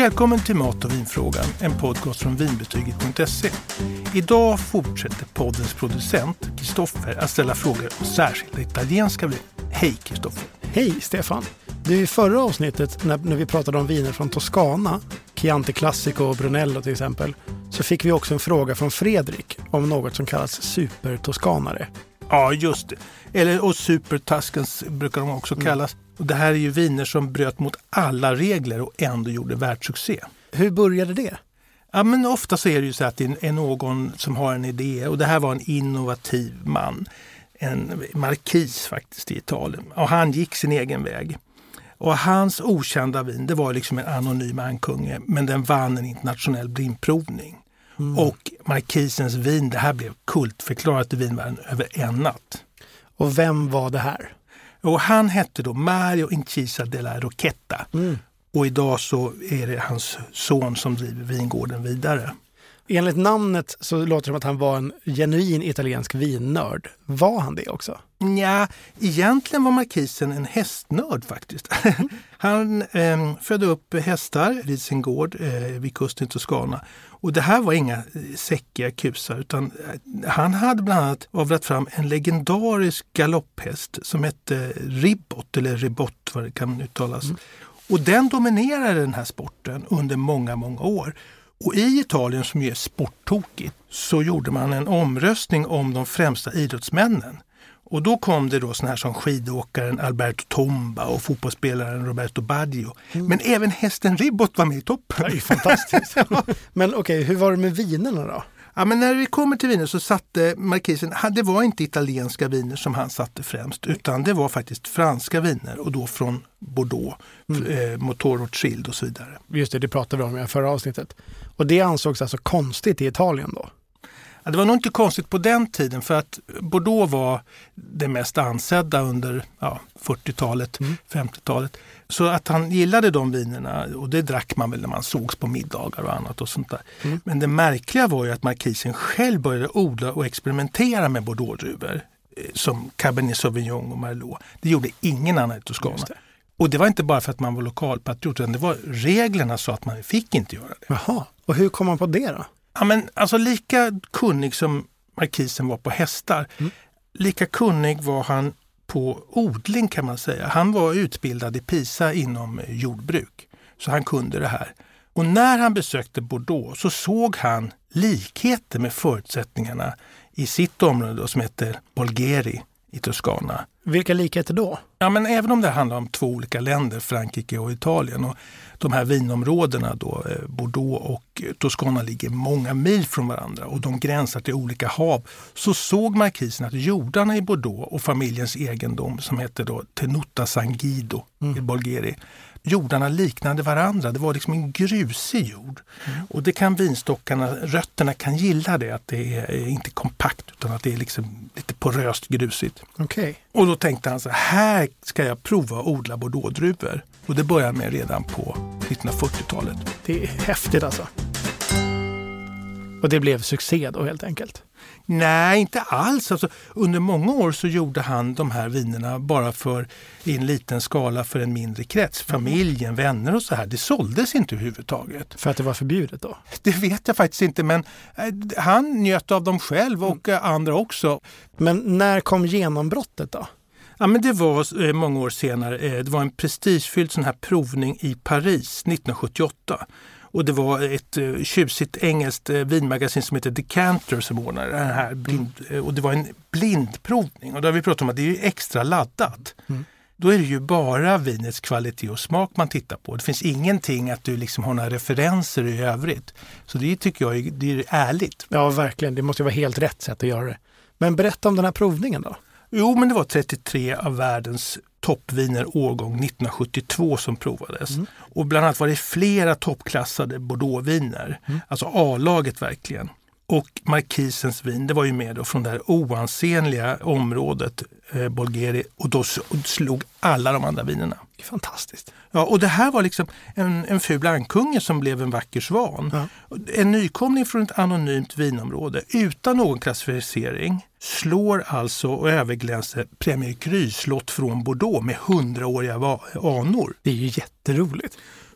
Välkommen till Mat- och vinfrågan, en podcast från vinbetyget.se. Idag fortsätter poddens producent Kristoffer att ställa frågor om särskilda italienska vin. Hej Kristoffer! Hej Stefan! Du, i förra avsnittet när vi pratade om viner från Toscana, Chianti Classico och Brunello till exempel, så fick vi också en fråga från Fredrik om något som kallas supertoskanare. Ja, just det. Och supertaskens brukar de också kallas. Och det här är ju viner som bröt mot alla regler och ändå gjorde världssuccé. Hur började det? Ja, men ofta så är det ju så att det är någon som har en idé, och det här var en innovativ man. En markis faktiskt i Italien. Och han gick sin egen väg. Och hans okända vin, det var liksom en anonym ankunge, men den vann en internationell vinprovning. Och markisens vin, det här blev kultförklarat i vinvärlden över en natt. Och vem var det här? Och han hette då Mario Incisa della Rocchetta. Och idag så är det hans son som driver vingården vidare. Enligt namnet så låter det som att han var en genuin italiensk vinnörd. Var han det också? Ja, egentligen var markisen en hästnörd faktiskt. Han födde upp hästar vid sin gård vid kusten i Toscana. Och det här var inga säckiga kusar, utan han hade bland annat avlat fram en legendarisk galopphäst som hette Ribbot, eller Ribot vad det kan uttalas. Och den dominerade den här sporten under många, många år. Och i Italien, som ju är sporttokigt, så gjorde man en omröstning om de främsta idrottsmännen. Och då kom det då såna här som skidåkaren Alberto Tomba och fotbollsspelaren Roberto Baggio. Men även hästen Ribbot var med i toppen. Det är fantastiskt. Men okej, hur var det med vinerna då? Ja, men när vi kommer till viner så satte markisen, det var inte italienska viner som han satte främst, utan det var faktiskt franska viner, och då från Bordeaux, Motor Rothschild och så vidare. Just det pratade vi om i förra avsnittet. Och det ansågs alltså konstigt i Italien då? Ja, det var nog inte konstigt på den tiden, för att Bordeaux var det mest ansedda under 40-talet, 50-talet. Så att han gillade de vinerna, och det drack man väl när man sågs på middagar och annat och sånt där. Men det märkliga var ju att markisen själv började odla och experimentera med Bordeaux-druvor som Cabernet Sauvignon och Merlot. Det gjorde ingen annan i Toscana. Och det var inte bara för att man var lokalpatriot, utan det var reglerna så att man fick inte göra det. Jaha, och hur kom man på det då? Ja, men alltså lika kunnig som markisen var på hästar, lika kunnig var han på odling kan man säga. Han var utbildad i Pisa inom jordbruk, så han kunde det här. Och när han besökte Bordeaux så såg han likheter med förutsättningarna i sitt område som heter Bolgheri i Toscana. Vilka likheter då? Ja, men även om det handlar om två olika länder, Frankrike och Italien, och de här vinområdena då, Bordeaux och Toscana, ligger många mil från varandra och de gränsar till olika hav, så såg markisen att jordarna i Bordeaux och familjens egendom som heter då Tenuta San Guido i Bolgheri, jordarna liknade varandra. Det var liksom en grusig jord. Och det kan vinstockarna, rötterna kan gilla det, att det är inte kompakt utan att det är liksom lite poröst grusigt. Okej. Och då tänkte han så här ska jag prova att odla Bordeaux-druvor. Och det började med redan på 1940-talet. Det är häftigt alltså. Och det blev succé då helt enkelt? Nej, inte alls. Alltså, under många år så gjorde han de här vinerna bara i en liten skala för en mindre krets. Familjen, vänner och så här. Det såldes inte överhuvudtaget. För att det var förbjudet då? Det vet jag faktiskt inte, men han njöt av dem själv och andra också. Men när kom genombrottet då? Ja, men det var många år senare. Det var en prestigefylld sån här provning i Paris 1978. Och det var ett tjusigt engelskt vinmagasin som heter Decanter som ordnade den här och det var en blindprovning. Och då har vi pratat om att det är ju extra laddat. Då är det ju bara vinets kvalitet och smak man tittar på. Det finns ingenting att du liksom har några referenser i övrigt. Så det tycker jag det är ärligt. Ja, verkligen. Det måste ju vara helt rätt sätt att göra det. Men berätta om den här provningen då. Jo, men det var 33 av världens toppviner årgång 1972 som provades. Och bland annat var det flera toppklassade Bordeaux-viner. Alltså A-laget verkligen. Och markisens vin, det var ju med då från det här oansenliga området Bolgheri, och då slog alla de andra vinerna. Det är fantastiskt. Ja, och det här var liksom en ful ankunge som blev en vacker svan. Ja. En nykomling från ett anonymt vinområde utan någon klassificering slår alltså och överglänser Premier Cru-slott från Bordeaux med 100-åriga anor. Det är ju jätteroligt.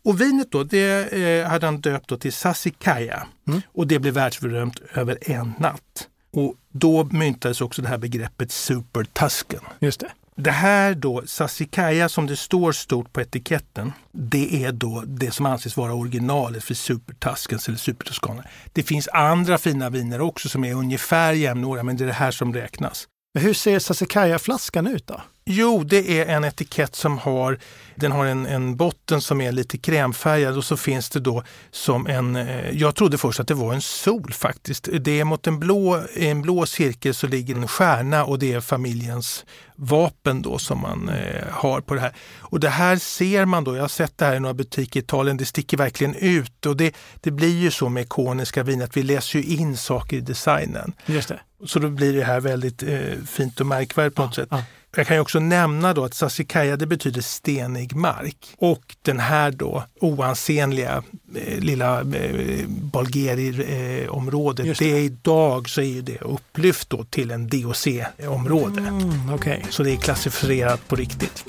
Och vinet då, det hade han döpt då till Sassicaia. Och det blev världsberömt över en natt. Och då myntades också det här begreppet Super Tuscan. Just det. Det här då, Sassicaia som det står stort på etiketten, det är då det som anses vara originalet för Super Tuscans eller Super Toscana. Det finns andra fina viner också som är ungefär jämnåriga, men det är det här som räknas. Men hur ser Sassicaia-flaskan ut då? Jo, det är en etikett som har en botten som är lite krämfärgad och så finns det då som jag trodde först att det var en sol faktiskt. Det är mot en blå cirkel så ligger en stjärna och det är familjens vapen då som man har på det här. Och det här ser man då, jag har sett det här i några butiker i Italien, det sticker verkligen ut och det blir ju så med ikoniska vin att vi läser ju in saker i designen. Just det. Så då blir det här väldigt fint och märkvärdigt på något sätt. Jag kan ju också nämna då att Sassicaia det betyder stenig mark och den här då oansenliga lilla Bulgari-området, det är idag så är ju det upplyft då till en DOC-område. Okay. Så det är klassifierat på riktigt.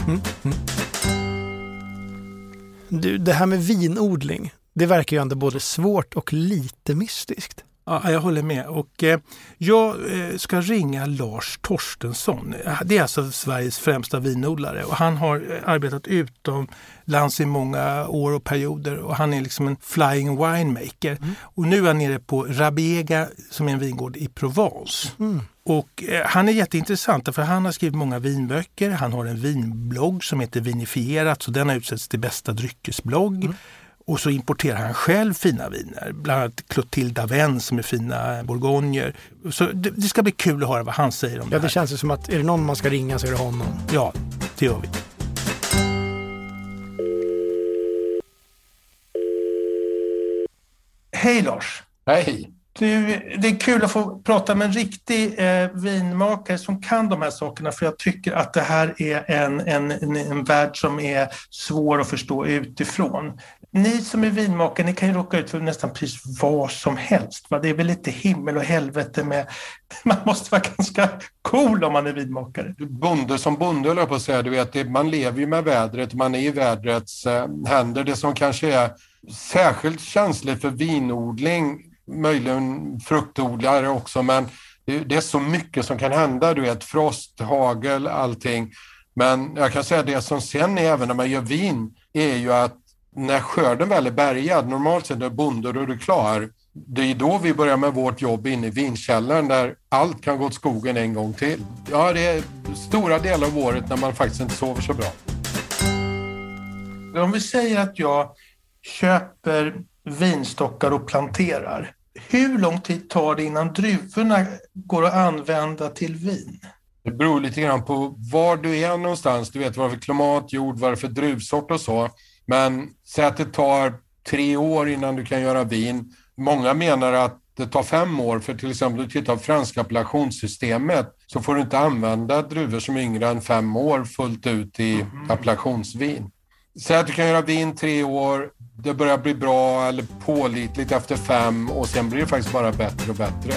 Du, det här med vinodling, det verkar ju ändå både svårt och lite mystiskt. Ja, jag håller med. Och jag ska ringa Lars Torstensson. Det är alltså Sveriges främsta vinodlare och han har arbetat utomlands i många år och perioder och han är liksom en flying winemaker. Och nu är han nere på Rabiega som är en vingård i Provence. Och han är jätteintressant för han har skrivit många vinböcker. Han har en vinblogg som heter Vinifierat så den har utsetts till bästa dryckesblogg. Och så importerar han själv fina viner. Bland annat Clotilde Aven som är fina bourgogner. Så det ska bli kul att höra vad han säger om det här. Det känns som att är det någon man ska ringa så är det honom. Ja, det gör vi. Hej Lars. Hej. Det är kul att få prata med en riktig vinmakare som kan de här sakerna för jag tycker att det här är en värld som är svår att förstå utifrån. Ni som är vinmakare, ni kan ju råka ut för nästan precis vad som helst. Va? Det är väl lite himmel och helvete med... Man måste vara ganska cool om man är vinmakare. Bonde som bonde, höll jag på att säga. Du vet, man lever ju med vädret, man är i vädrets händer. Det som kanske är särskilt känsligt för vinodling, möjligen fruktodlare också, men det är så mycket som kan hända. Du vet, frost, hagel, allting. Men jag kan säga det som sen är, även när man gör vin, är ju att när skörden väl är bärgad, normalt sett är bonde och är klar, det är då vi börjar med vårt jobb inne i vinkällaren där allt kan gå åt skogen en gång till. Ja, det är stora delar av året när man faktiskt inte sover så bra. Om vi säger att jag köper vinstockar och planterar, hur lång tid tar det innan druvorna går att använda till vin? Det beror lite grann på var du är någonstans. Du vet vad det är för klimat, jord, vad det är för druvsort och så. Men säg att det tar 3 år innan du kan göra vin. Många menar att det tar 5 år. För till exempel du tittar på franska appellationssystemet så får du inte använda druvor som är yngre än 5 år fullt ut i appellationsvin. Säg att du kan göra vin 3 år. Det börjar bli bra eller pålitligt efter 5 och sen blir det faktiskt bara bättre och bättre.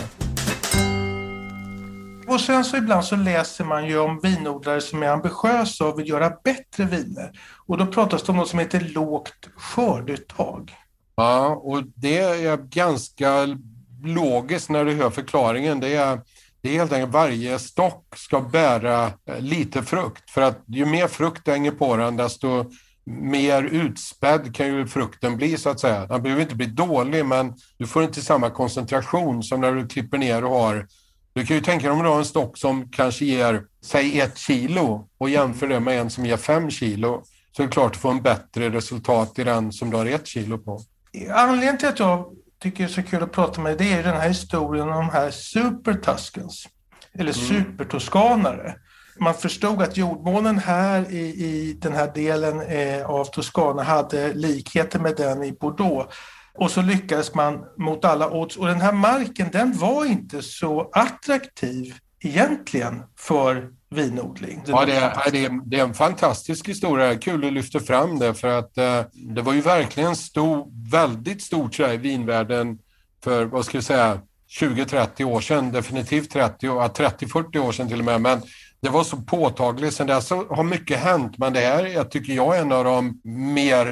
Och sen så ibland så läser man ju om vinodlare som är ambitiösa och vill göra bättre viner. Och då pratas det om något som heter lågt skörduttag. Ja, och det är ganska logiskt när du hör förklaringen. Det är helt enkelt varje stock ska bära lite frukt. För att ju mer frukt det hänger på den, desto mer utspädd kan ju frukten bli så att säga. Den behöver inte bli dålig, men du får inte samma koncentration som när du klipper ner och har. Du kan ju tänka dig om du har en stock som kanske ger, säg 1 kilo och jämför det med en som ger 5 kilo. Så är det klart att du får en bättre resultat i den som du har 1 kilo på. Anledningen till att jag tycker det är så kul att prata med det är den här historien om de här Super Tuscans. Eller Super Toscanare. Man förstod att jordmånen här i den här delen av Toscana hade likheter med den i Bordeaux. Och så lyckades man mot alla odds. Och den här marken, den var inte så attraktiv egentligen för vinodling. Ja, det är en fantastisk historia. Kul att lyfta fram det för att det var ju verkligen väldigt stort i vinvärlden för, vad ska jag säga, 20-30 år sedan. Definitivt 30-40 år sedan till och med. Men det var så påtagligt. Sen dess har mycket hänt, men det här jag tycker jag är en av de mer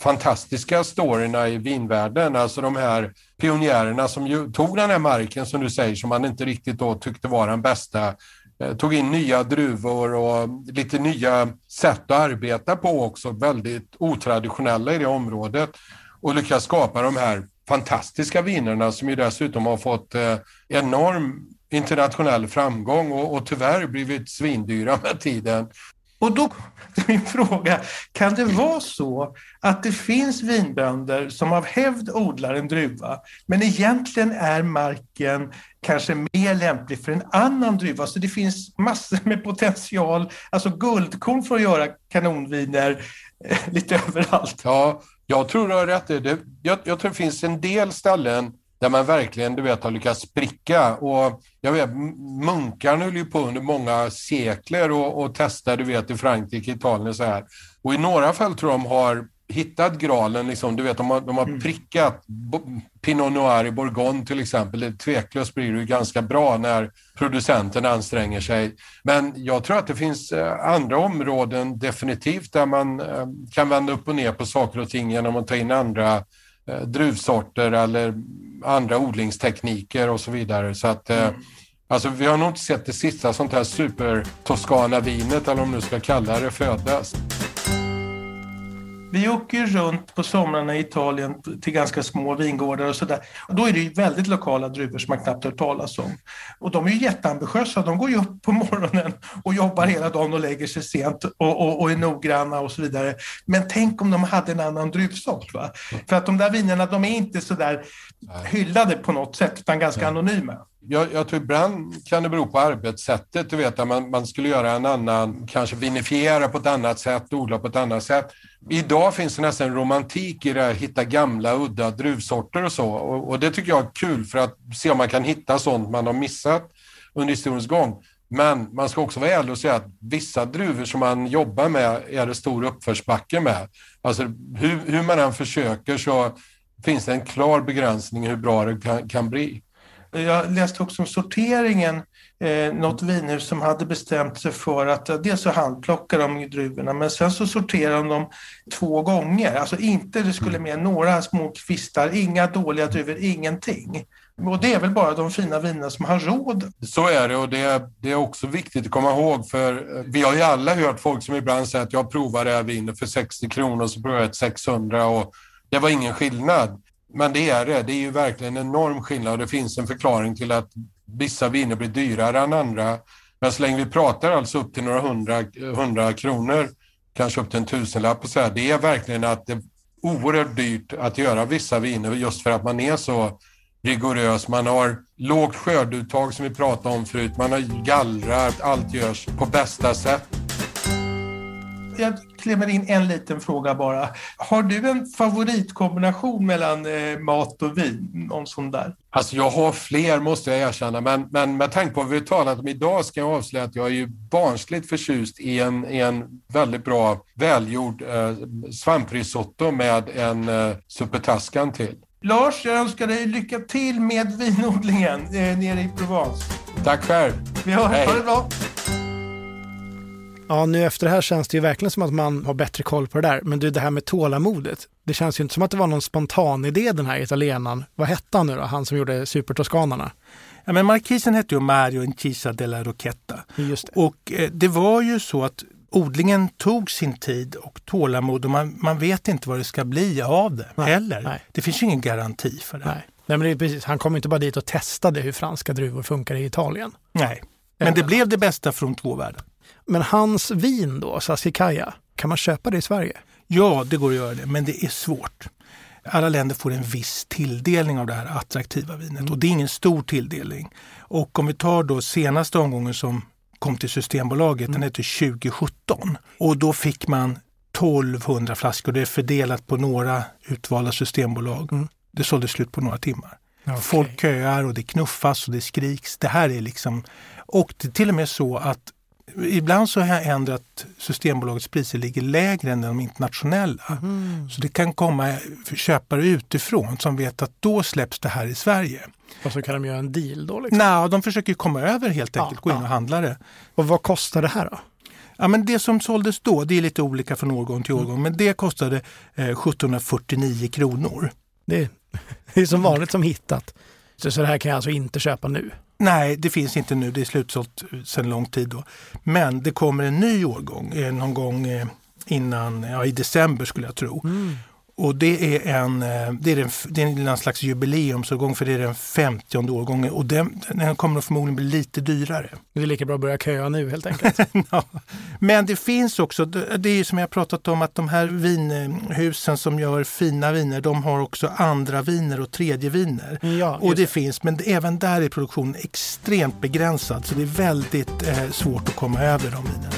fantastiska storyna i vinvärlden. Alltså de här pionjärerna som ju tog den här marken som du säger som man inte riktigt då tyckte var den bästa. Tog in nya druvor och lite nya sätt att arbeta på också. Väldigt otraditionella i det området. Och lyckas skapa de här fantastiska vinerna som ju dessutom har fått enorm internationell framgång och tyvärr blivit svindyra med tiden. Och då är min fråga, kan det vara så att det finns vinbönder som av hävd odlar en druva men egentligen är marken kanske mer lämplig för en annan druva? Så det finns massor med potential, alltså guldkorn för att göra kanonviner lite överallt. Ja, jag tror du har rätt. Jag tror det finns en del ställen där man verkligen, du vet, har lyckats spricka. Och jag vet, munkarna höll ju på under många sekler och testade, du vet, i Frankrike, Italien och så här. Och i några fall tror jag de har hittat graalen, liksom, du vet, de har prickat Pinot Noir i Bourgogne till exempel. Det tveklöst blir det ju ganska bra när producenten anstränger sig. Men jag tror att det finns andra områden definitivt där man kan vända upp och ner på saker och ting genom att ta in andra druvsorter eller andra odlingstekniker och så vidare. Så att alltså, vi har nog inte sett det sista sånt här super-Toscana-vinet eller om man nu ska kalla det födas. Vi åker runt på somrarna i Italien till ganska små vingårdar och sådär. Och då är det ju väldigt lokala druvor som man knappt hört talas om. Och de är ju jätteambitiösa. De går ju upp på morgonen och jobbar hela dagen och lägger sig sent och är noggranna och så vidare. Men tänk om de hade en annan druvsort, va? För att de där vinerna, de är inte så där hyllade på något sätt utan ganska anonyma. Jag tror ibland kan det bero på arbetssättet. Du vet att man skulle göra en annan, kanske vinifiera på ett annat sätt, odla på ett annat sätt. Idag finns det nästan romantik i det här, hitta gamla udda druvsorter och så. Och det tycker jag är kul för att se om man kan hitta sånt man har missat under historiens gång. Men man ska också vara ärlig och säga att vissa druvor som man jobbar med är det stor uppförsbacke med. Alltså hur man än försöker så finns det en klar begränsning hur bra det kan bli. Jag läste också om sorteringen, något vinhus som hade bestämt sig för att dels så handplockar de druvorna men sen så sorterar de dem 2 gånger. Alltså inte det skulle med några små kvistar, inga dåliga druvor, ingenting. Och det är väl bara de fina vinerna som har råd. Så är det och det är också viktigt att komma ihåg för vi har ju alla hört folk som ibland säger att jag provar det här vinet för 60 kronor och så provar jag ett 600 och det var ingen skillnad. Men det är ju verkligen en enorm skillnad och det finns en förklaring till att vissa viner blir dyrare än andra. Men så länge vi pratar alltså upp till några 100 kronor, kanske upp till en 1000-lapp och så här, det är verkligen att det är oerhört dyrt att göra vissa viner just för att man är så rigorös. Man har lågt skörduttag som vi pratade om förut, man har gallrat, allt görs på bästa sätt. Jag klämmer in en liten fråga bara. Har du en favoritkombination mellan mat och vin? Någon sån där? Alltså jag har fler måste jag erkänna. Men med tanke på vad vi har talat om idag ska jag avslöja att jag är ju barnsligt förtjust i en väldigt bra välgjord svamprisotto med en supertaskan till. Lars, jag önskar dig lycka till med vinodlingen nere i Provence. Tack själv. Vi hörs. Ha det bra. Ja, nu efter det här känns det ju verkligen som att man har bättre koll på det där. Men du, det här med tålamodet. Det känns ju inte som att det var någon spontan idé den här italienaren. Vad hette han nu då? Han som gjorde supertoskanarna. Ja, men markisen hette ju Mario Incisa della Rocchetta. Just det. Och det var ju så att odlingen tog sin tid och tålamod och man vet inte vad det ska bli av det heller. Nej. Det finns ju ingen garanti för det. Nej, men det är precis. Han kom inte bara dit och testade hur franska druvor funkar i Italien. Nej, men det blev det bästa från 2 världar. Men hans vin då, Sassicaia, kan man köpa det i Sverige? Ja, det går att göra det, men det är svårt. Alla länder får en viss tilldelning av det här attraktiva vinet och det är ingen stor tilldelning. Och om vi tar då senaste omgången som kom till Systembolaget, den heter 2017 och då fick man 1200 flaskor. Det är fördelat på några utvalda systembolag. Det sålde slut på några timmar. Okay. Folk köar och det knuffas och det skriks. Det här är liksom, och det är till och med så att ibland så händer att Systembolagets priser ligger lägre än de internationella. Så det kan komma köpare utifrån som vet att då släpps det här i Sverige. Och så kan de göra en deal då? Liksom. Nej, de försöker komma över helt enkelt, gå in och handla det. Och vad kostar det här då? Ja, men det som såldes då, det är lite olika från årgång till årgång, men det kostade 1749 kronor. Det är som vanligt som hittat. Så det här kan jag alltså inte köpa nu? Nej, det finns inte nu. Det är slutsålt sedan lång tid då. Men det kommer en ny årgång någon gång innan, i december skulle jag tro. Och det är en slags jubileumsårgång, för det är den 50:e årgången, och den kommer förmodligen bli lite dyrare. Det är lika bra att börja köa nu helt enkelt. Ja. Men det finns också, det är ju som jag pratat om, att de här vinhusen som gör fina viner, de har också andra viner och tredje viner. Ja, och det finns, men även där är produktionen extremt begränsad, så det är väldigt svårt att komma över de vinerna.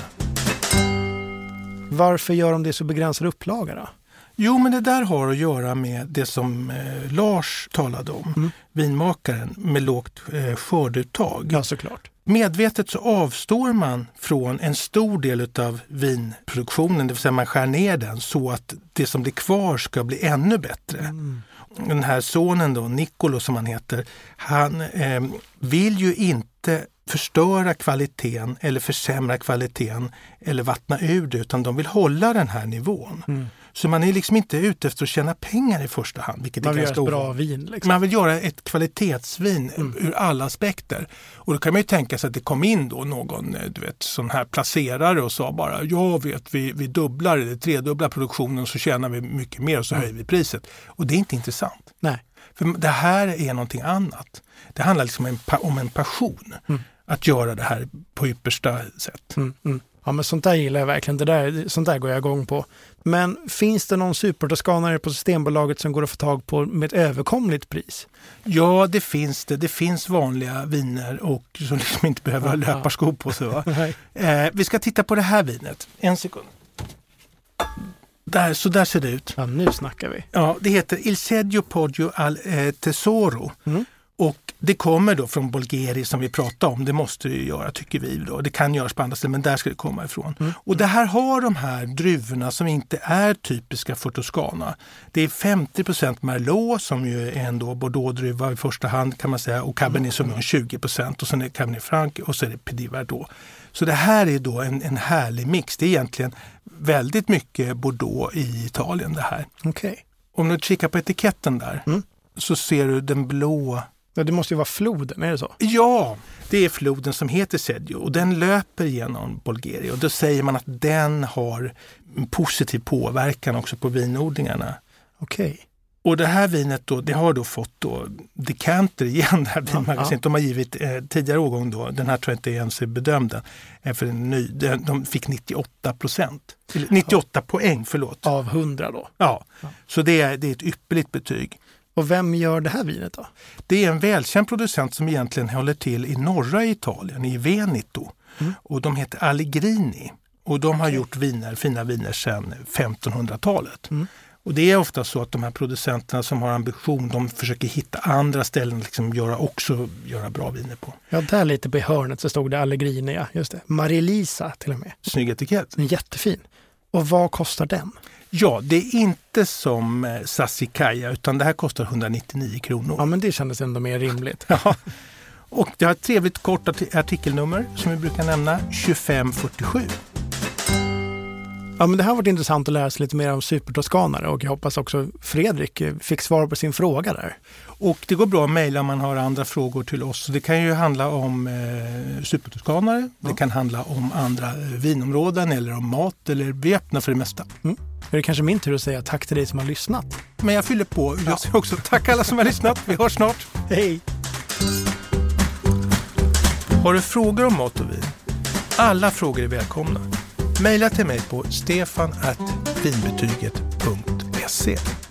Varför gör de det så begränsade upplaga då? Jo, men det där har att göra med det som Lars talade om, vinmakaren med lågt skörduttag. Ja, såklart. Medvetet så avstår man från en stor del av vinproduktionen, det vill säga man skär ner den så att det som blir kvar ska bli ännu bättre. Den här sonen då, Nicolo som han heter, han vill ju inte förstöra kvaliteten eller försämra kvaliteten eller vattna ur det, utan de vill hålla den här nivån. Så man är liksom inte ute efter att tjäna pengar i första hand. Vilket man är vill ganska göra ett bra vin. Liksom. Man vill göra ett kvalitetsvin ur alla aspekter. Och då kan man ju tänka sig att det kom in då någon sån här placerare och sa bara, vi dubblar eller tredubblar produktionen, så tjänar vi mycket mer och så höjer vi priset. Och det är inte intressant. Nej. För det här är någonting annat. Det handlar liksom om en passion. Att göra det här på yppersta sätt. Ja, men sånt där gillar jag verkligen. Sånt där går jag igång på. Men finns det någon supertoskanare på Systembolaget som går att få tag på med ett överkomligt pris? Ja, det finns det. Det finns vanliga viner och som liksom inte behöver ha löparskor på sig. Va? Vi ska titta på det här vinet. En sekund. Så där ser det ut. Ja, nu snackar vi. Ja, det heter Il Seggio Poggio al Tesoro. Och det kommer då från Bolgheri som vi pratade om. Det måste det ju göra, tycker vi då. Det kan göras på andra ställen, men där ska det komma ifrån. Och det här har de här druvorna som inte är typiska för Toscana. Det är 50% Merlot som ju är ändå Bordeaux-druva i första hand kan man säga. Och Cabernet Sauvignon 20%. Och sen är det Cabernet Franc och så är det Petit Verdot. Så det här är då en härlig mix. Det är egentligen väldigt mycket Bordeaux i Italien det här. Okay. Om du kikar på etiketten där så ser du den blå. Ja, det måste ju vara floden, är det så? Ja, det är floden som heter Seggio och den löper genom Bolgheri och då säger man att den har en positiv påverkan också på vinodlingarna. Okej. Och det här vinet då, det har då fått då decanter igen, det här vinmagasinet. De har givit tidigare årgång då, den här tror jag inte ens är bedömd för en ny, de fick 98%. 98 poäng, förlåt. Av 100 då? Ja. Så det är ett ypperligt betyg. Och vem gör det här vinet då? Det är en välkänd producent som egentligen håller till i norra Italien, i Veneto. Och de heter Allegrini. Och de har gjort fina viner sedan 1500-talet. Och det är ofta så att de här producenterna som har ambition, de försöker hitta andra ställen liksom göra bra viner på. Ja, där lite på hörnet så stod det Allegrini, ja, just det. Marie-Lisa till och med. Snygg etikett. Jättefin. Och vad kostar den? Ja, det är inte som Sassicaia utan det här kostar 199 kronor. Ja, men det kändes ändå mer rimligt. Ja. Och det har ett trevligt kort artikelnummer som vi brukar nämna, 2547. Ja, men det här har varit intressant att lära sig lite mer om supertoskanare och jag hoppas också Fredrik fick svar på sin fråga där. Och det går bra att mejla om man har andra frågor till oss. Det kan ju handla om supertoskanare, det kan handla om andra vinområden eller om mat, eller vi öppnar för det mesta. Det är kanske min tur att säga tack till dig som har lyssnat. Men jag fyller på, jag säger också tack alla som har lyssnat, vi hörs snart. Hej! Har du frågor om mat och vin? Alla frågor är välkomna. Maila till mig på stefan@vinbetyget.se.